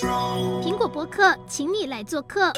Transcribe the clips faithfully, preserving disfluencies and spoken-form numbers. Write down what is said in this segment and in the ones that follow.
苹果播客，请你来做客。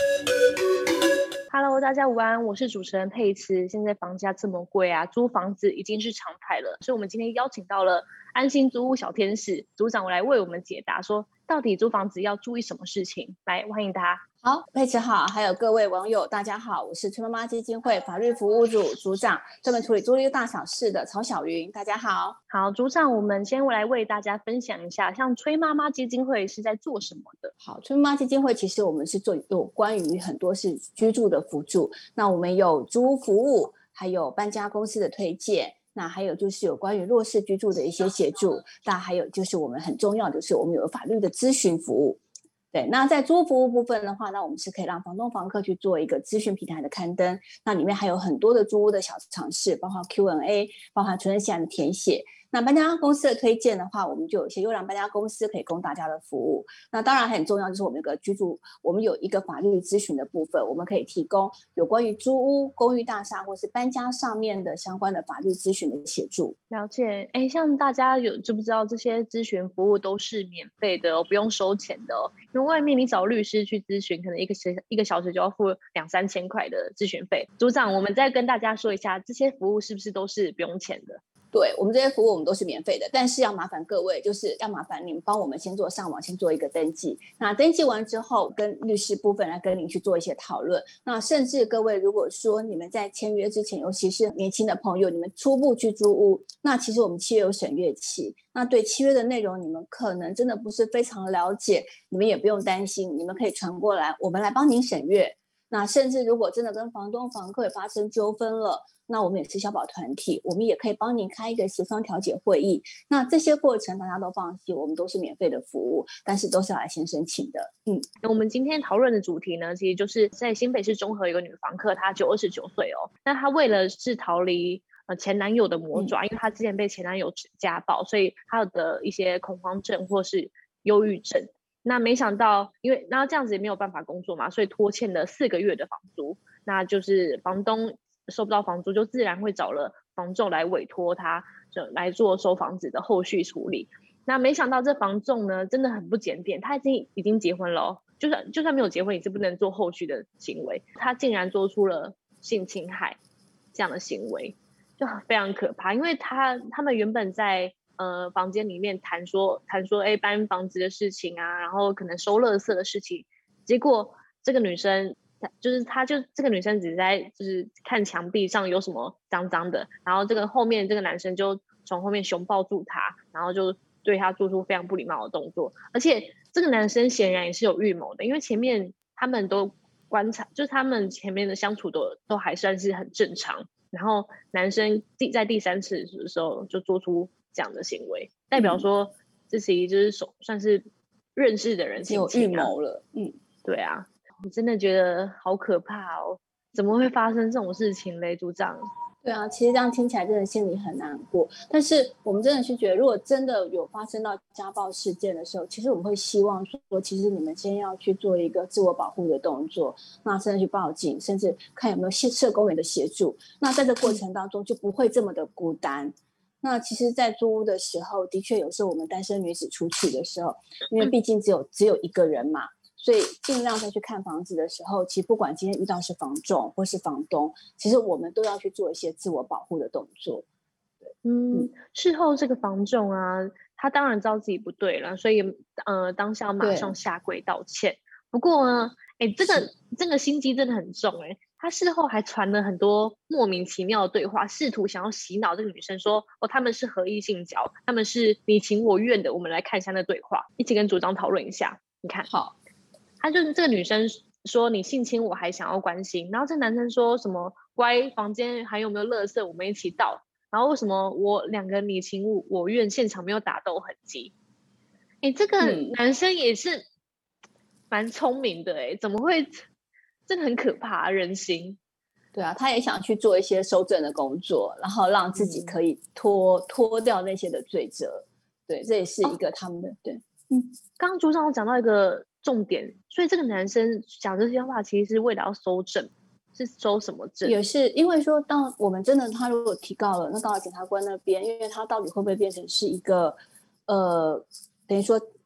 Hello， 大家午安，我是主持人佩慈。现在房价这么贵啊，租房子已经是常态了，所以我们今天邀请到了安心租屋小天使组长来为我们解答，说到底租房子要注意什么事情。来，欢迎他。 好，佩慈好，还有各位网友大家好，我是崔妈妈基金会法律服务组组长，专门处理租赁大小事的曹小云，大家好。 好，组长，我们先来为大家分享一下，像崔妈妈基金会是在做什么的？ 好，崔妈妈基金会其实我们是做有关于很多是居住的辅助，那我们有租屋服务，还有搬家公司的推荐，那还有就是有关于弱势居住的一些协助，那还有就是我们很重要的就是我们有法律的咨询服务。对，那在租屋服务部分的话，那我们是可以让房东房客去做一个资讯平台的刊登，那里面还有很多的租屋的小常识，包括 Q and A， 包含存证信函的填写。那搬家公司的推荐的话，我们就有一些优良搬家公司可以供大家的服务。那当然很重要就是我们有个居住，我们有一个法律咨询的部分，我们可以提供有关于租屋、公寓大厦或是搬家上面的相关的法律咨询的协助。 了解，哎，像大家有知不知道这些咨询服务都是免费的哦，不用收钱的哦。因为外面你找律师去咨询，可能一个小一个小时就要付两三千块的咨询费。组长，我们再跟大家说一下，这些服务是不是都是不用钱的？ 对，我们这些服务我们都是免费的，但是要麻烦各位，就是要麻烦你们帮我们先做上网，先做一个登记。那登记完之后，跟律师部分来跟您去做一些讨论。那甚至各位如果说你们在签约之前，尤其是年轻的朋友，你们初步去租屋，那其实我们契约有审阅期，那对契约的内容你们可能真的不是非常了解，你们也不用担心，你们可以传过来，我们来帮您审阅。那甚至如果真的跟房东房客发生纠纷了，那我们也是消保团体，我们也可以帮您开一个协商调解会议。那这些过程大家都放心，我们都是免费的服务，但是都是要来先申请的。嗯， 我们今天讨论的主题呢，其实就是在新北市中和有一个女房客，她就二十九岁哦，那她为了是逃离呃前男友的魔爪，嗯、因为她之前被前男友家暴，所以她有的一些恐慌症或是忧郁症。那没想到，因为然后这样子也没有办法工作嘛，所以拖欠了四个月的房租。那就是房东收不到房租，就自然会找了房仲来委托他，就来做收房子的后续处理。那没想到这房仲呢，真的很不检点，他已经已经结婚了、哦，就算就算没有结婚，也是不能做后续的行为。他竟然做出了性侵害这样的行为，就非常可怕。因为他他们原本在呃，房间里面谈说谈说，哎，搬房子的事情啊，然后可能收垃圾的事情，结果这个女生就是她就这个女生只在就是看墙壁上有什么脏脏的，然后这个后面这个男生就从后面熊抱住她，然后就对她做出非常不礼貌的动作，而且这个男生显然也是有预谋的，因为前面他们都观察，就是他们前面的相处都都还算是很正常，然后男生在第三次的时候就做出这样的行为，代表说这其实就是算是认识的人有预谋了。嗯， 对啊，我真的觉得好可怕哦，怎么会发生这种事情嘞，组长？ 对啊，其实这样听起来真的心里很难过，但是我们真的是觉得，如果真的有发生到家暴事件的时候，其实我们会希望说，其实你们先要去做一个自我保护的动作，那甚至去报警，甚至看有没有社工员的协助，那在这过程当中就不会这么的孤单。那其实在租屋的时候，的确有时候我们单身女子出去的时候，因为毕竟只有只有一个人嘛，所以尽量再去看房子的时候，其实不管今天遇到是房仲或是房东，其实我们都要去做一些自我保护的动作。 对，嗯，事后这个房仲啊，他当然知道自己不对了，所以呃当下马上下跪道歉。不过呢，哎，这个这个心机真的很重哎。他事后还传了很多莫名其妙的对话，试图想要洗脑这个女生说，哦，他们是合意性交，他们是你情我愿的。我们来看一下那对话，一起跟组长讨论一下。你看， 好， 他就是这个女生说你性侵我还想要关心，然后这男生说什么乖，房间还有没有垃圾，我们一起倒。然后为什么我两个你情我愿，现场没有打斗痕迹？哎，这个男生也是蛮聪明的哎，怎么会？真的很可怕，人心。 对啊，他也想去做一些收证的工作，然后让自己可以脱、嗯、脱掉那些的罪责。对，这也是一个他们的、哦、对。 嗯，刚刚组长有讲到一个重点，所以这个男生讲这些话，其实是为了要收证，是收什么证？ 也是因为说，当我们真的他如果提告了，那到了检察官那边，因为他到底会不会变成是一个呃，等于说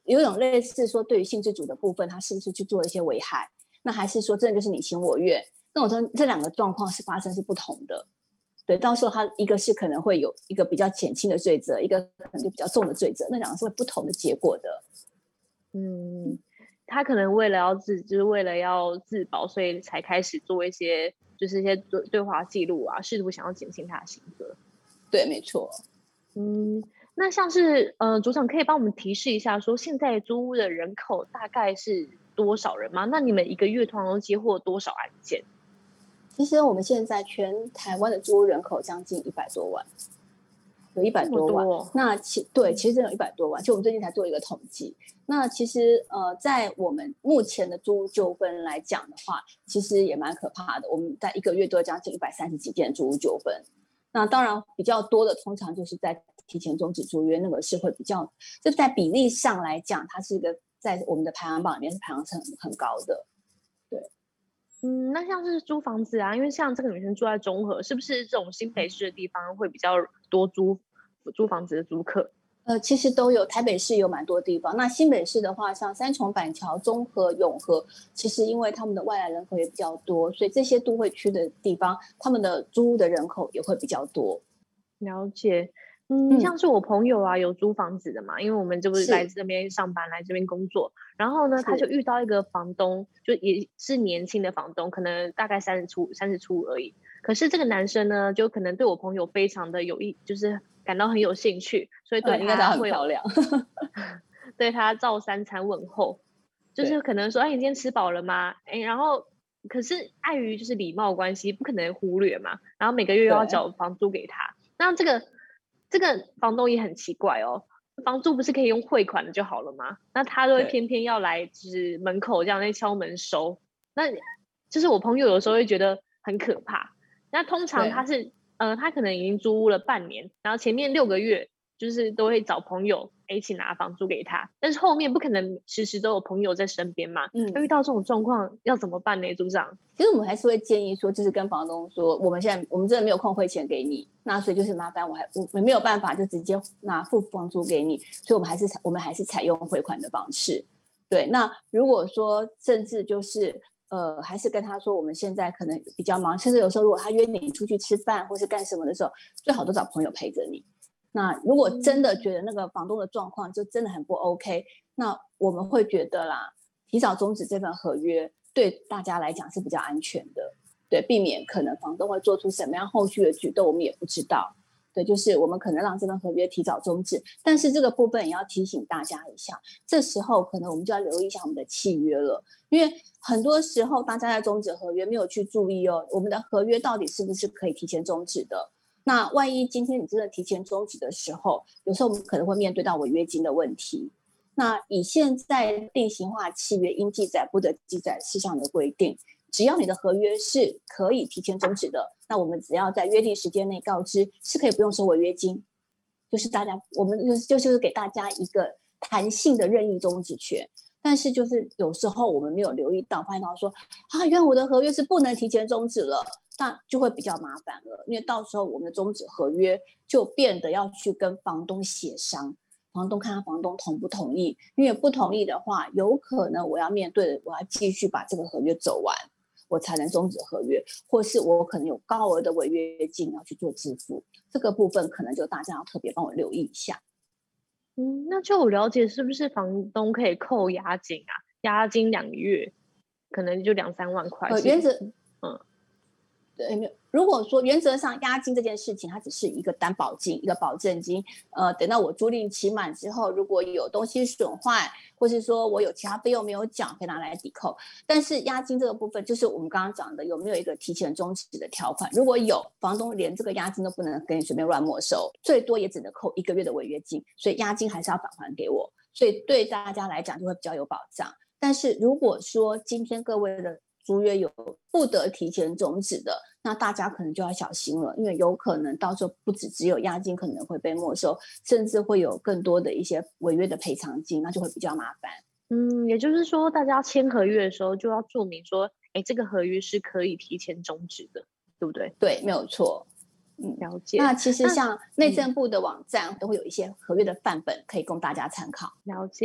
有一种类似说对于性自主的部分，他是不是去做一些危害？那还是说真的就是你情我愿？那我说这两个状况是发生是不同的。对，到时候他一个是可能会有一个比较减轻的罪责，一个可能就比较重的罪责，那两个是会不同的结果的。 嗯，他可能为了要自，就是为了要自保，所以才开始做一些，就是一些对对话记录啊，试图想要减轻他的刑责。 对，没错。 嗯，那像是呃，组长可以帮我们提示一下，说现在租屋的人口大概是多少人吗？那你们一个月通常都接获多少案件？ 其实我们现在全台湾的租屋人口将近一百多万，有一百多万。 多那其对，其实真的有一百多万。就我们最近才做一个统计。那其实呃，在我们目前的租屋纠纷来讲的话，其实也蛮可怕的。我们在一个月都有将近一百三十几件租屋纠纷。那当然比较多的，通常就是在提前终止租约，那个是会比较，就在比例上来讲，它是一个在我们的排行榜里面是排行是很很高的。对。 嗯，那像是租房子啊，因为像这个女生住在中和，是不是这种新北市的地方会比较多租租房子的租客？ 呃，其实都有，台北市有蛮多地方。那新北市的话，像三重、板桥、中和、永和，其实因为他们的外来人口也比较多，所以这些都会区的地方，他们的租屋的人口也会比较多。 了解。嗯，像是我朋友啊，有租房子的嘛，因为我们就是来这边上班，来这边工作。然后呢，他就遇到一个房东，就也是年轻的房东，可能大概三十出三十出而已。可是这个男生呢，就可能对我朋友非常的有意，就是感到很有兴趣，所以对他、嗯、 他很漂亮， 对他照三餐问候，就是可能说，哎，你今天吃饱了吗？哎，然后可是碍于就是礼貌关系，不可能忽略嘛。然后每个月又要缴房租给他，那这个。这个房东也很奇怪哦，房租不是可以用汇款的就好了吗？那他都会偏偏要来就是门口这样在敲门收，那就是我朋友有时候会觉得很可怕。那通常他是呃他可能已经租屋了半年，然后前面六个月就是都会找朋友一起拿房租给他，但是后面不可能时时都有朋友在身边嘛。嗯，遇到这种状况要怎么办呢，组长？ 其实我们还是会建议说，就是跟房东说，我们现在我们真的没有空汇钱给你，那所以就是麻烦我还我们没有办法就直接拿付房租给你，所以我们还是我们还是采用汇款的方式。对，那如果说甚至就是呃，还是跟他说我们现在可能比较忙，甚至有时候如果他约你出去吃饭或是干什么的时候，最好都找朋友陪着你。那如果真的觉得那个房东的状况就真的很不 OK， 那我们会觉得啦，提早终止这份合约对大家来讲是比较安全的，对，避免可能房东会做出什么样后续的举动，我们也不知道。对，就是我们可能让这份合约提早终止，但是这个部分也要提醒大家一下，这时候可能我们就要留意一下我们的契约了，因为很多时候大家在终止合约没有去注意哦，我们的合约到底是不是可以提前终止的。那万一今天你真的提前终止的时候，有时候我们可能会面对到违约金的问题。那以现在定型化契约应记载不得记载事项的规定，只要你的合约是可以提前终止的，那我们只要在约定时间内告知，是可以不用收违约金。就是大家，我们就是就是给大家一个弹性的任意终止权。但是就是有时候我们没有留意到，发现到说啊，原来我的合约是不能提前终止了，那就会比较麻烦了，因为到时候我们的终止合约就变得要去跟房东协商。房东看他房东同不同意，因为不同意的话，有可能我要面对的，我要继续把这个合约走完，我才能终止合约，或是我可能有高额的违约金要去做支付，这个部分可能就大家要特别帮我留意一下。 嗯，那就我了解，是不是房东可以扣押金啊？押金两个月，可能就两三万块。 呃，原则，嗯，对，没有。如果说原则上押金这件事情，它只是一个担保金、一个保证金，呃，等到我租赁期满之后，如果有东西损坏，或是说我有其他费用没有缴，可以拿来抵扣。但是押金这个部分，就是我们刚刚讲的，有没有一个提前终止的条款？如果有，房东连这个押金都不能给你随便乱没收，最多也只能扣一个月的违约金，所以押金还是要返还给我。所以对大家来讲就会比较有保障。但是如果说今天各位的租约有不得提前终止的，那大家可能就要小心了，因为有可能到时候不只只有押金可能会被没收，甚至会有更多的一些违约的赔偿金，那就会比较麻烦。 嗯，也就是说大家签合约的时候就要注明说，哎，这个合约是可以提前终止的，对不对？ 对，没有错。 嗯，了解。 那其实像内政部的网站都会有一些合约的范本可以供大家参考。 了解。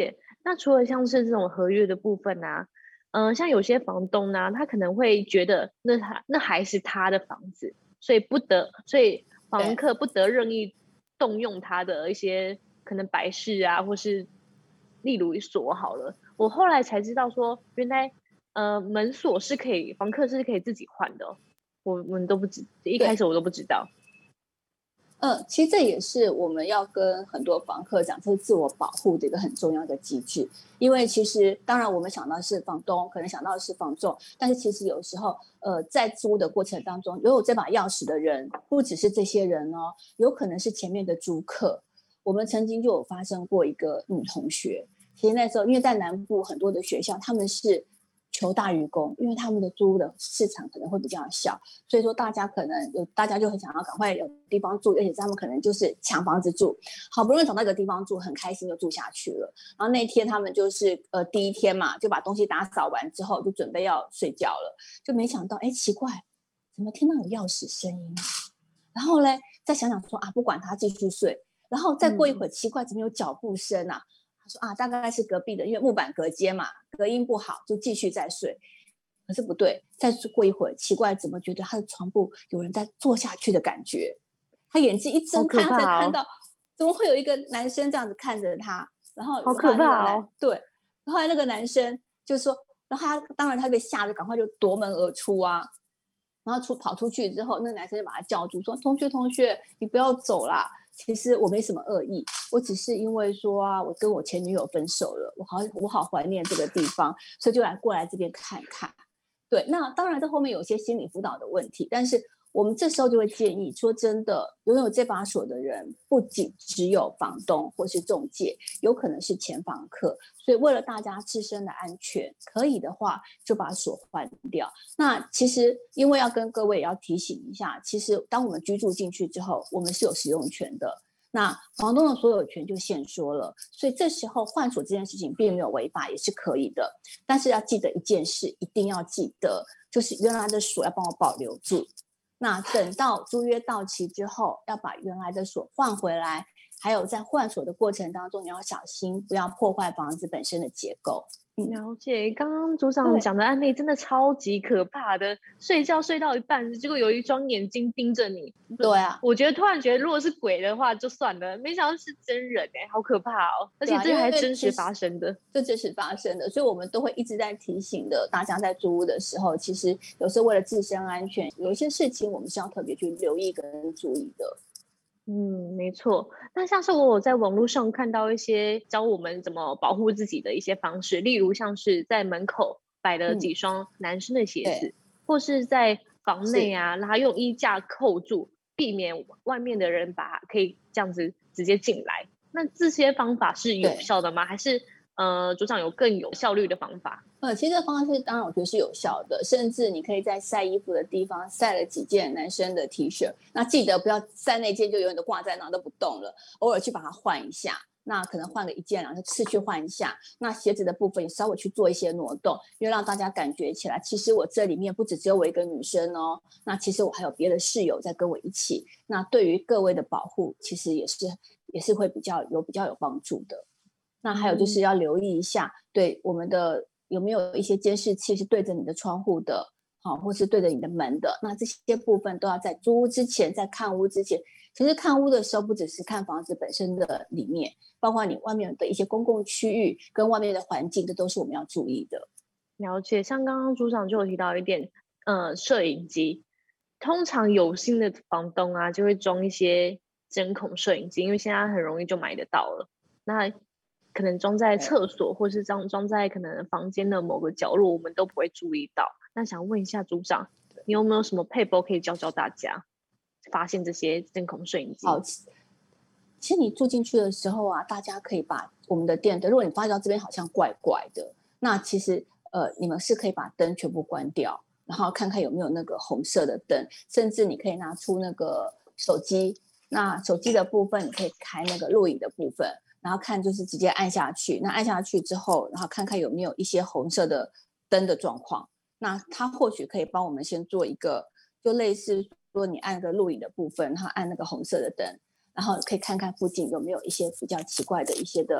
那除了像是这种合约的部分啊，嗯、呃，像有些房东呢，他可能会觉得那他那还是他的房子，所以不得，所以房客不得任意动用他的一些可能摆饰啊，或是例如锁好了。我后来才知道说，原来呃门锁是可以，房客是可以自己换的哦、我我们都不知，一开始我都不知道。 嗯，其实这也是我们要跟很多房客讲，这是自我保护的一个很重要的机制。因为其实当然我们想到的是房东，可能想到的是房仲，但是其实有时候，呃，在租的过程当中，拥有这把钥匙的人不只是这些人哦，有可能是前面的租客。我们曾经就有发生过一个女同学，其实那时候因为在南部很多的学校，他们是求大于供，因为他们的租屋的市场可能会比较小，所以说大家可能有，大家就很想要赶快有地方住，而且他们可能就是抢房子住，好不容易找到一个地方住，很开心就住下去了。然后那天他们就是呃第一天嘛，就把东西打扫完之后，就准备要睡觉了，就没想到，哎，奇怪，怎么听到有钥匙声音啊？然后嘞，再想想说啊，不管他继续睡，然后再过一会儿，奇怪，怎么有脚步声啊？他说啊，大概是隔壁的，因为木板隔间嘛，隔音不好，就继续再睡。可是不对，再过一会儿，奇怪，怎么觉得他的床铺有人在坐下去的感觉？他眼睛一睁开，他才看到，怎么会有一个男生这样子看着他？然后好可怕哦！ 对，后来那个男生就说，然后他当然他被吓得赶快就夺门而出啊。然后出跑出去之后，那个男生就把他叫住，说：“同学，同学，你不要走啦！其实我没什么恶意，我只是因为说啊，我跟我前女友分手了，我好我好怀念这个地方，所以就来过来这边看看。”对，那当然这后面有些心理辅导的问题，但是我们这时候就会建议，说真的，拥有这把锁的人不仅只有房东或是中介，有可能是前房客，所以为了大家自身的安全，可以的话就把锁换掉。那其实因为要跟各位也要提醒一下，其实当我们居住进去之后，我们是有使用权的。那房东的所有权就限缩了，所以这时候换锁这件事情并没有违法，也是可以的。但是要记得一件事，一定要记得，就是原来的锁要帮我保留住。那等到租约到期之后，要把原来的锁换回来。还有在换锁的过程当中，你要小心，不要破坏房子本身的结构。 了解，刚刚组长讲的案例真的超级可怕的，睡觉睡到一半，结果有一双眼睛盯着你。 对啊， 我觉得突然觉得，如果是鬼的话就算了，没想到是真人哎、欸，好可怕哦！而且这还真实发生的， 这真实发生的，所以我们都会一直在提醒的，大家在租屋的时候，其实有时候为了自身安全，有一些事情我们是要特别去留意跟注意的。 嗯，没错。那像是我有在网络上看到一些教我们怎么保护自己的一些方式，例如像是在门口摆了几双男生的鞋子，嗯、或是在房内啊，然后用衣架扣住，避免外面的人把可以这样子直接进来。那这些方法是有效的吗？还是呃，组长有更有效率的方法？ 呃，其实这方式当然我觉得是有效的，甚至你可以在晒衣服的地方晒了几件男生的 T 恤，那记得不要晒那件就永远都挂在那都不动了，偶尔去把它换一下，那可能换个一件两次去换一下，那鞋子的部分也稍微去做一些挪动，因为让大家感觉起来，其实我这里面不只只有我一个女生哦，那其实我还有别的室友在跟我一起，那对于各位的保护，其实也是也是会比较有比较有帮助的。那还有就是要留意一下，嗯、对我们的有没有一些监视器是对着你的窗户的，好，或是对着你的门的。那这些部分都要在租屋之前，在看屋之前，其实看屋的时候不只是看房子本身的里面，包括你外面的一些公共区域跟外面的环境，这都是我们要注意的。 了解，像刚刚组长就有提到一点，呃，摄影机，通常有心的房东啊，就会装一些针孔摄影机，因为现在很容易就买得到了。那可能装在厕所，或是装装在可能房间的某个角落，我们都不会注意到。那想问一下组长，你有没有什么撇步可以教教大家发现这些针孔摄影机？ 好，其实你住进去的时候啊，大家可以把我们的电灯，如果你发现到这边好像怪怪的，那其实呃，你们是可以把灯全部关掉，然后看看有没有那个红色的灯，甚至你可以拿出那个手机，那手机的部分你可以开那个录影的部分。然后看就是直接按下去，那按下去之后，然后看看有没有一些红色的灯的状况，那它或许可以帮我们先做一个，就类似说你按个录影的部分，然后按那个红色的灯，然后可以看看附近有没有一些比较奇怪的一些的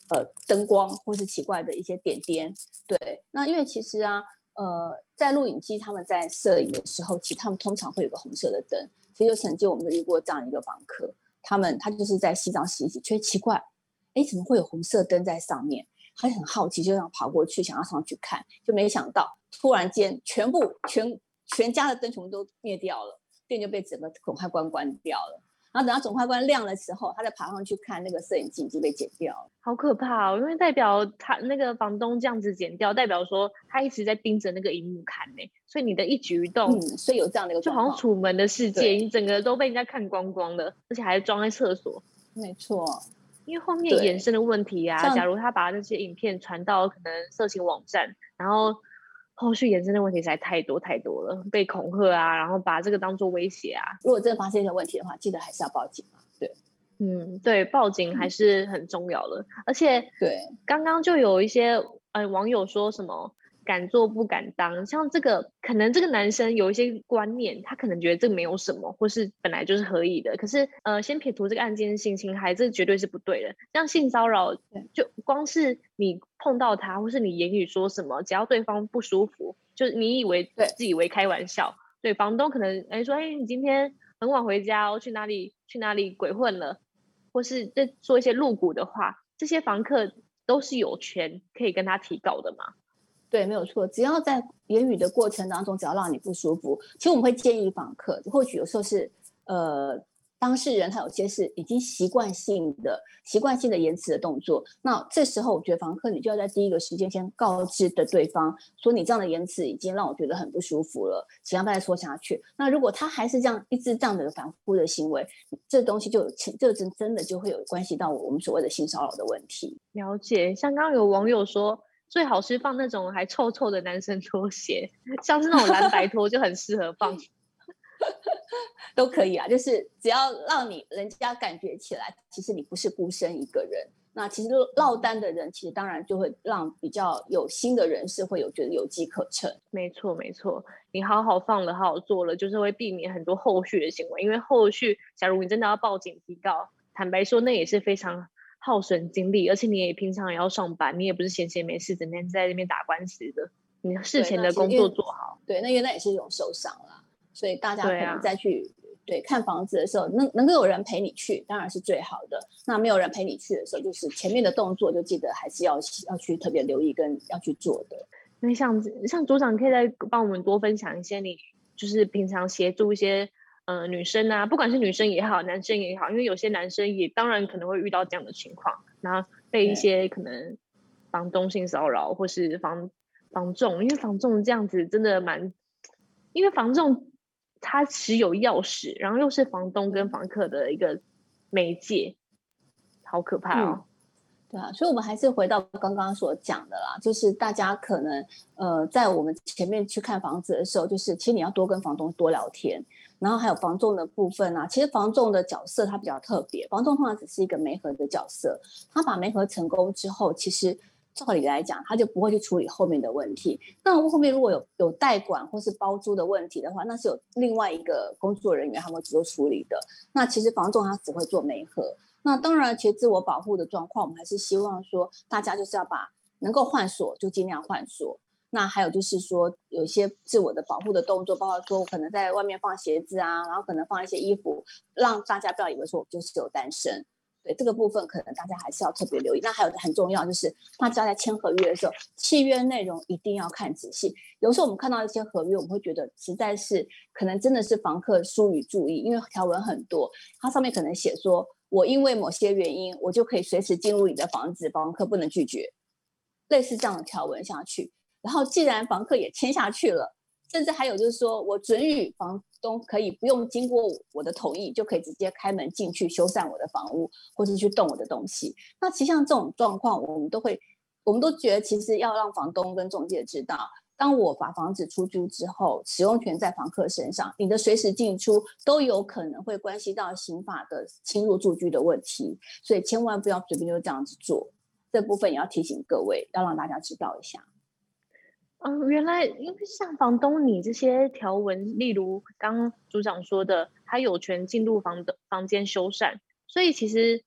呃灯光或是奇怪的一些点点。对，那因为其实啊，呃，在录影机他们在摄影的时候，其实他们通常会有个红色的灯。其实就曾经我们遇过这样一个房客，他们他就是在洗澡洗一洗，觉得奇怪，哎，怎么会有红色灯在上面？他就很好奇，就这样跑过去想要上去看，就没想到突然间全部全全家的灯全部都灭掉了，电就被整个总开关关掉了。然后等到总开关亮的时候，他再爬上去看，那个摄影机已经被剪掉了。 好可怕哦！因为代表他那个房东这样子剪掉，代表说他一直在盯着那个荧幕看呢，所以你的一举一动， 嗯，所以有这样的一个就状况， 好像楚门的世界，你整个都被人家看光光了，而且还装在厕所。 没错， 因为后面衍生的问题啊，假如他把那些影片传到可能色情网站，然后后续衍生的问题实在太多太多了，被恐吓啊，然后把这个当作威胁啊。 如果真的发生一些问题的话，记得还是要报警啊。对， 嗯，对，报警还是很重要的。而且， 对， 刚刚就有一些呃网友说什么敢做不敢当，像这个可能这个男生有一些观念，他可能觉得这个没有什么，或是本来就是合意的。可是呃，先撇除这个案件性侵害，这绝对是不对的。像性骚扰，就光是你碰到他，或是你言语说什么，只要对方不舒服，就你以为自以为开玩笑，对房东可能哎说哎你今天很晚回家哦，去哪里去哪里鬼混了，或是在说一些露骨的话，这些房客都是有权可以跟他提告的嘛。 对，没有错。只要在言语的过程当中，只要让你不舒服，其实我们会建议访客，或许有时候是呃当事人他有些是已经习惯性的习惯性的言辞的动作，那这时候我觉得房客你就要在第一个时间先告知的对方说，你这样的言辞已经让我觉得很不舒服了，请要不要再说下去。那如果他还是这样一直这样的反复的行为，这东西就有这真的就会有关系到我们所谓的性骚扰的问题。 了解，像刚刚有网友说，最好是放那种还臭臭的男生拖鞋，像是那种蓝白拖就很适合放。 都可以啊，就是只要让你人家感觉起来，其实你不是孤身一个人。那其实落单的人，其实当然就会让比较有心的人士会有觉得有机可乘。 没错，没错，你好好放了，好好做了，就是会避免很多后续的行为。因为后续，假如你真的要报警提告，坦白说，那也是非常耗损精力，而且你也平常也要上班，你也不是闲闲没事整天在那边打官司的，你事前的工作做好。 对，那因为那也是一种受伤啦，所以大家可能再去。对，看房子的时候，能能够有人陪你去，当然是最好的。那没有人陪你去的时候，就是前面的动作就记得还是要要去特别留意跟要去做的。 因为像像组长可以再帮我们多分享一些你就是平常协助一些呃女生啊，不管是女生也好，男生也好，因为有些男生也当然可能会遇到这样的情况，然后被一些可能房东性骚扰或是房房仲，因为房仲这样子真的蛮，因为房仲。他持有钥匙，然后又是房东跟房客的一个媒介，好可怕哦。 嗯、对啊，所以我们还是回到刚刚所讲的啦，就是大家可能呃，在我们前面去看房子的时候，就是其实你要多跟房东多聊天，然后还有房仲的部分啊，其实房仲的角色它比较特别，房仲通常只是一个媒合的角色，他把媒合成功之后，其实。照理来讲，他就不会去处理后面的问题。那后面如果有有代管或是包租的问题的话，那是有另外一个工作人员他们去做处理的。那其实房仲他只会做媒合。那当然，其实自我保护的状况，我们还是希望说，大家就是要把能够换锁就尽量换锁。那还有就是说，有一些自我的保护的动作，包括说我可能在外面放鞋子啊，然后可能放一些衣服，让大家不要以为说我就是有单身。对这个部分，可能大家还是要特别留意。那还有很重要，就是大家在签合约的时候，契约内容一定要看仔细。有时候我们看到一些合约，我们会觉得实在是可能真的是房客疏于注意，因为条文很多，它上面可能写说，我因为某些原因，我就可以随时进入你的房子，房客不能拒绝，类似这样的条文下去。然后既然房客也签下去了，甚至还有就是说我准予房东可以不用经过我的同意，就可以直接开门进去修缮我的房屋，或者去动我的东西。那其实像这种状况，我们都会，我们都觉得其实要让房东跟中介知道，当我把房子出租之后，使用权在房客身上，你的随时进出都有可能会关系到刑法的侵入住居的问题，所以千万不要随便就这样子做。这部分也要提醒各位，要让大家知道一下。 嗯，原来因为像房东你这些条文，例如刚刚组长说的，他有权进入房的房间修缮，所以其实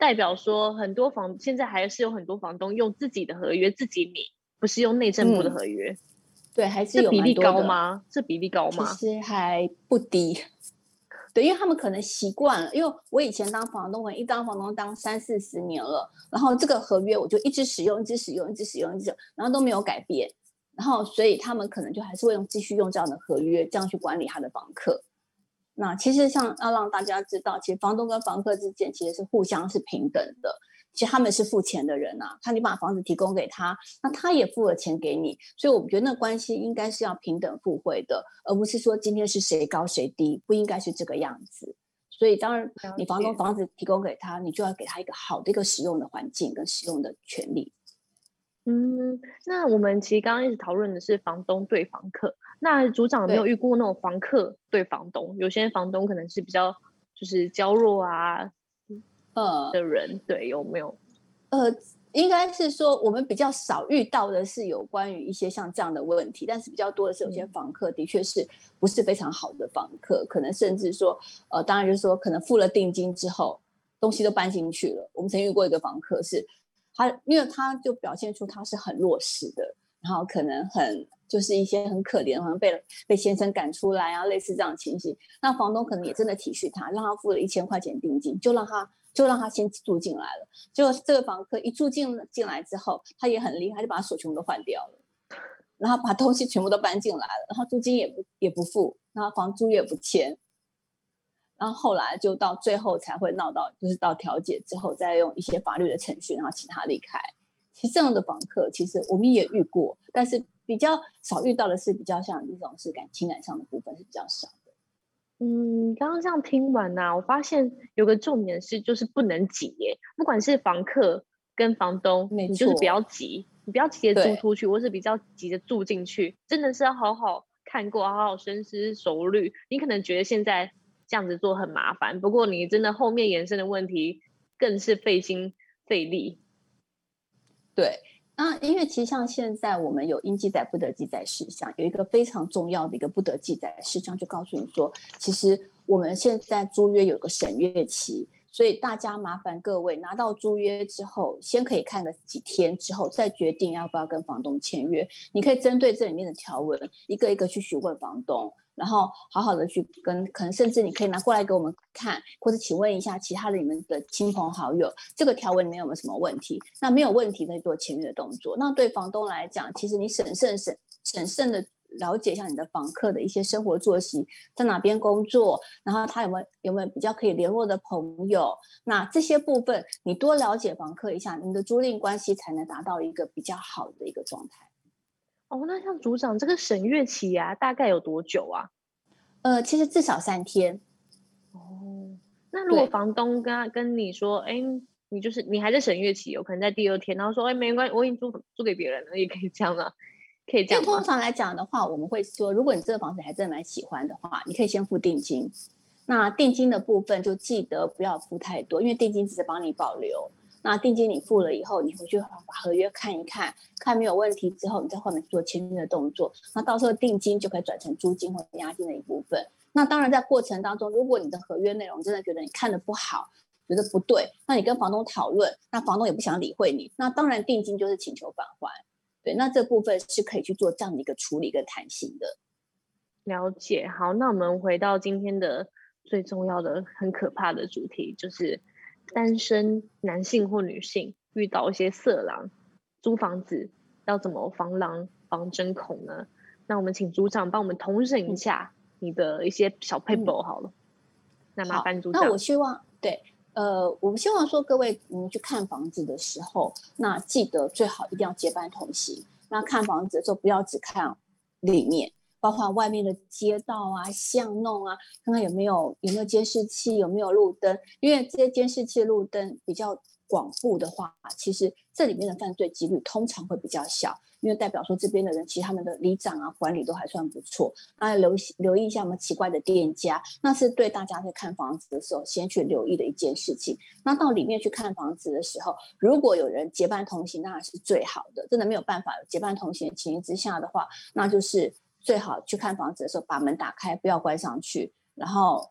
代表说很多房现在还是有很多房东用自己的合约自己拟，不是用内政部的合约。 嗯、对，还是这比例有蛮多的。 高吗？这比例高吗？ 其实还不低。对，因为他们可能习惯了，因为我以前当房东，我一当房东当三四十年了，然后这个合约我就一直使用，一直使用，一直使用，一直使用，然后都没有改变，然后所以他们可能就还是会用继续用这样的合约，这样去管理他的房客。那其实像要让大家知道，其实房东跟房客之间其实是互相是平等的。其实他们是付钱的人啊，他你把房子提供给他，那他也付了钱给你，所以我觉得那关系应该是要平等互惠的，而不是说今天是谁高谁低，不应该是这个样子。所以当然你房东房子提供给他，你就要给他一个好的一个使用的环境跟使用的权利。 嗯，那我们其实刚刚一直讨论的是房东对房客，那组长有没有遇过那种房客对房东？有些房东可能是比较就是娇弱啊呃的人，对，有没有？ 呃，应该是说我们比较少遇到的是有关于一些像这样的问题，但是比较多的是有些房客的确是不是非常好的房客，可能甚至说，呃，当然就是说可能付了定金之后，东西都搬进去了。我们曾遇过一个房客是，他因为他就表现出他是很弱势的，然后可能很就是一些很可怜，好像被被先生赶出来啊，类似这样的情形。那房东可能也真的体恤他，让他付了一千块钱定金，就让他。就让他先住进来了，结果这个房客一住进进来之后，他也很厉害，就把他锁全部都换掉了，然后把东西全部都搬进来了，然后租金也不也不付，然后房租也不签，然后后来就到最后才会闹到，就是到调解之后，再用一些法律的程序，然后请他离开。其实这样的房客，其实我们也遇过，但是比较少遇到的是比较像这种是感情感上的部分是比较少。 嗯，刚刚这样听完啊，我发现有个重点是，就是不能急耶。不管是房客跟房东，你就是不要急，你不要急着租出去，或是比较急着住进去，真的是要好好看过，好好深思熟虑。你可能觉得现在这样子做很麻烦，不过你真的后面延伸的问题更是费心费力。 对。那因为其实像现在我们有应记载不得记载事项，有一个非常重要的一个不得记载事项，就告诉你说，其实我们现在租约有个审阅期，所以大家麻烦各位拿到租约之后，先可以看个几天之后，再决定要不要跟房东签约。你可以针对这里面的条文，一个一个去询问房东。然后好好的去跟，可能甚至你可以拿过来给我们看，或者请问一下其他的你们的亲朋好友，这个条文里面有没有什么问题？那没有问题可以做签约的动作。那对房东来讲，其实你审慎审审慎的了解一下你的房客的一些生活作息，在哪边工作，然后他有没有有没有比较可以联络的朋友，那这些部分你多了解房客一下，你的租赁关系才能达到一个比较好的一个状态。 哦，那像组长这个审阅期啊，大概有多久啊？ 呃，其实至少三天。 哦，那如果房东跟跟你说，哎，你就是你还在审阅期，有可能在第二天，然后说，哎，没关系，我已经租租给别人了，也可以这样啊，可以这样吗？ 因为通常来讲的话，我们会说，如果你这个房子还真的蛮喜欢的话，你可以先付定金。那定金的部分就记得不要付太多，因为定金只是帮你保留。那定金你付了以后，你回去把合约看一看，看没有问题之后，你在后面做签约的动作。那到时候定金就可以转成租金或押金的一部分。那当然在过程当中，如果你的合约内容真的觉得你看的不好，觉得不对，那你跟房东讨论，那房东也不想理会你，那当然定金就是请求返还。对，那这部分是可以去做这样的一个处理跟弹性的。 了解。好，那我们回到今天的最重要的、很可怕的主题，就是单身男性或女性遇到一些色狼租房子，要怎么防狼防针孔呢？那我们请组长帮我们统整一下你的一些小 paper 好了。嗯、那麻烦组长。 那我希望对。呃，我们希望说各位你们去看房子的时候，那记得最好一定要结伴同行。那看房子的时候不要只看里面，包括外面的街道啊、巷弄啊，看看有没有有没有监视器，有没有路灯。因为这些监视器、路灯比较广布的话，其实这里面的犯罪几率通常会比较小。因为代表说这边的人其实他们的里长啊管理都还算不错，那留留意一下我们奇怪的店家，那是对大家在看房子的时候先去留意的一件事情。那到里面去看房子的时候，如果有人结伴同行，那是最好的。真的没有办法结伴同行的情形之下的话，那就是最好去看房子的时候把门打开，不要关上去，然后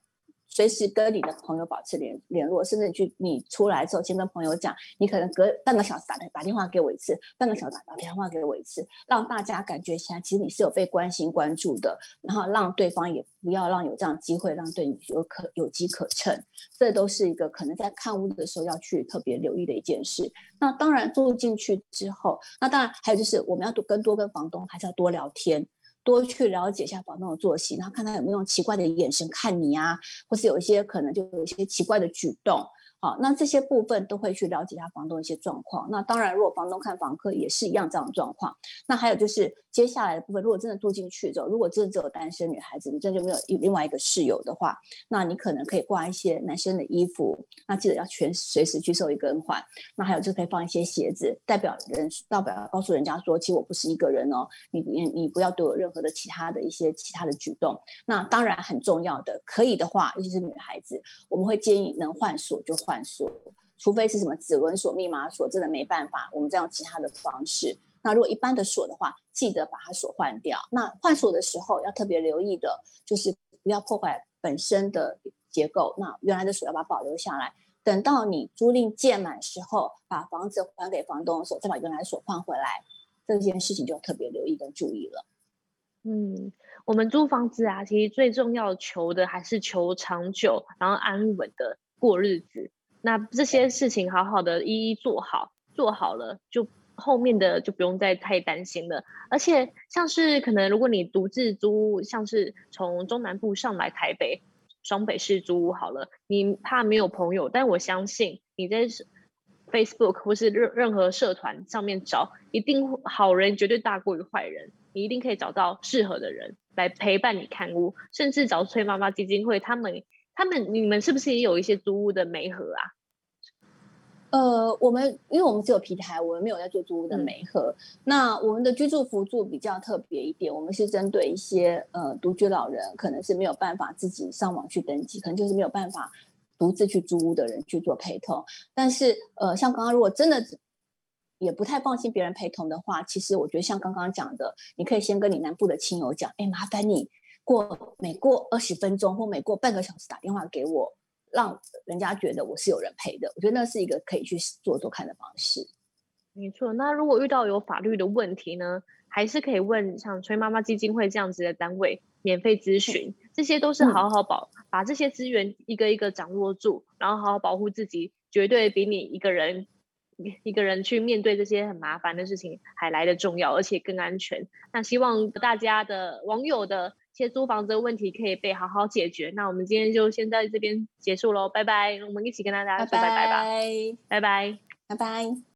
随时跟你的朋友保持联联络，甚至你去你出来之后先跟朋友讲，你可能隔半个小时打打电话给我一次，半个小时打电话给我一次，让大家感觉起来其实你是有被关心关注的，然后让对方也不要让有这样的机会让对你有可有机可乘，这都是一个可能在看屋的时候要去特别留意的一件事。那当然住进去之后，那当然还有就是我们要多跟多跟房东还是要多聊天，多去了解一下房东的作息，然后看他有没有用奇怪的眼神看你啊，或是有一些可能就有一些奇怪的举动。好，那这些部分都会去了解一下房东的一些状况。那当然，如果房东看房客也是一样这样的状况。那还有就是接下来的部分，如果真的住进去之后，如果真的只有单身女孩子，你真的就没有另外一个室友的话，那你可能可以挂一些男生的衣服，那记得要全随时去收一更换。那还有就可以放一些鞋子，代表人代表告诉人家说，其实我不是一个人哦，你你你不要对我任何的其他的一些其他的举动。那当然很重要的，可以的话，尤其是女孩子，我们会建议能换锁就换锁，除非是什么指纹锁、密码锁，真的没办法，我们再用其他的方式。那如果一般的锁的话，记得把它锁换掉。那换锁的时候要特别留意的，就是不要破坏本身的结构。那原来的锁要把它保留下来，等到你租赁届满时候，把房子还给房东的时候，再把原来的锁换回来。这件事情就特别留意跟注意了。 嗯，我们租房子啊，其实最重要求的还是求长久，然后安稳的过日子。那这些事情好好的一一做好，做好了就后面的就不用再太担心了。而且像是可能如果你独自租，像是从中南部上来台北双北市租屋好了，你怕没有朋友，但我相信你在 Facebook 或是任任何社团上面找，一定好人绝对大过于坏人，你一定可以找到适合的人来陪伴你看屋，甚至找崔妈妈基金会，他们他们你们是不是也有一些租屋的媒合啊？ 呃，我们因为我们只有平台，我们没有在做租屋的媒合。嗯、那我们的居住辅助比较特别一点，我们是针对一些呃独居老人，可能是没有办法自己上网去登记，可能就是没有办法独自去租屋的人去做陪同。但是呃，像刚刚如果真的也不太放心别人陪同的话，其实我觉得像刚刚讲的，你可以先跟你南部的亲友讲，哎，麻烦你过每过二十分钟或每过半个小时打电话给我。让人家觉得我是有人陪的，我觉得那是一个可以去做做看的方式。 没错，那如果遇到有法律的问题呢，还是可以问像崔妈妈基金会这样子的单位免费咨询，嗯、这些都是好好保、嗯、把这些资源一个一个掌握住，然后好好保护自己，绝对比你一个人一个人去面对这些很麻烦的事情还来得重要，而且更安全。那希望大家的网友的一些租房子的问题可以被好好解决。那我们今天就先在这边结束咯，拜拜。我们一起跟大家说拜拜吧，拜拜， 拜拜。